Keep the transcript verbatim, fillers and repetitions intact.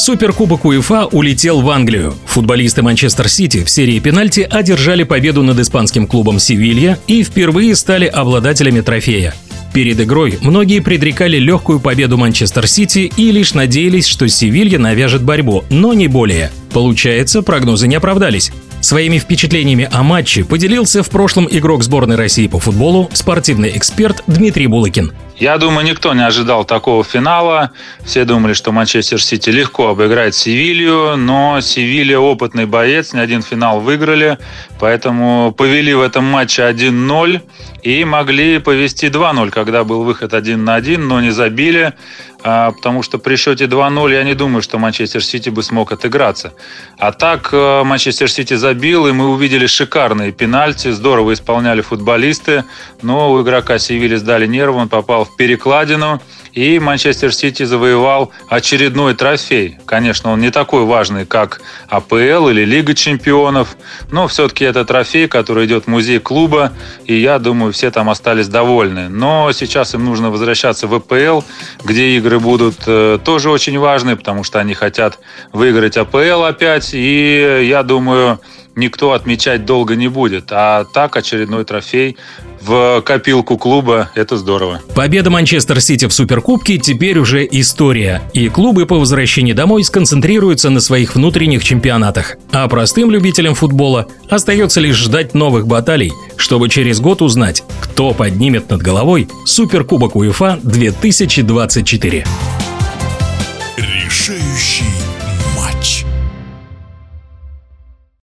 Суперкубок УЕФА улетел в Англию. Футболисты Манчестер Сити в серии пенальти одержали победу над испанским клубом Севилья и впервые стали обладателями трофея. Перед игрой многие предрекали легкую победу Манчестер Сити и лишь надеялись, что Севилья навяжет борьбу, но не более. Получается, прогнозы не оправдались. Своими впечатлениями о матче поделился в прошлом игрок сборной России по футболу, спортивный эксперт Дмитрий Булыкин. Я думаю, никто не ожидал такого финала. Все думали, что Манчестер Сити легко обыграет Севилью, но Севилья опытный боец, не один финал выиграли, поэтому повели в этом матче один ноль и могли повести два ноль, когда был выход один на один, но не забили, потому что при счете два ноль я не думаю, что Манчестер Сити бы смог отыграться. А так Манчестер Сити забил, и мы увидели шикарные пенальти, здорово исполняли футболисты, но у игрока Севильи сдали нервы, он попал в перекладину, и Манчестер Сити завоевал очередной трофей. Конечно, он не такой важный, как АПЛ или Лига чемпионов, но все-таки это трофей, который идет в музей клуба, и я думаю, все там остались довольны. Но сейчас им нужно возвращаться в АПЛ, где игры будут э, тоже очень важны, потому что они хотят выиграть АПЛ опять, и я думаю, никто отмечать долго не будет. А так очередной трофей в копилку клуба – это здорово. Победа Манчестер Сити в Суперкубке теперь уже история, и клубы по возвращении домой сконцентрируются на своих внутренних чемпионатах. А простым любителям футбола остается лишь ждать новых баталий, чтобы через год узнать, кто поднимет над головой Суперкубок УЕФА две тысячи двадцать четыре.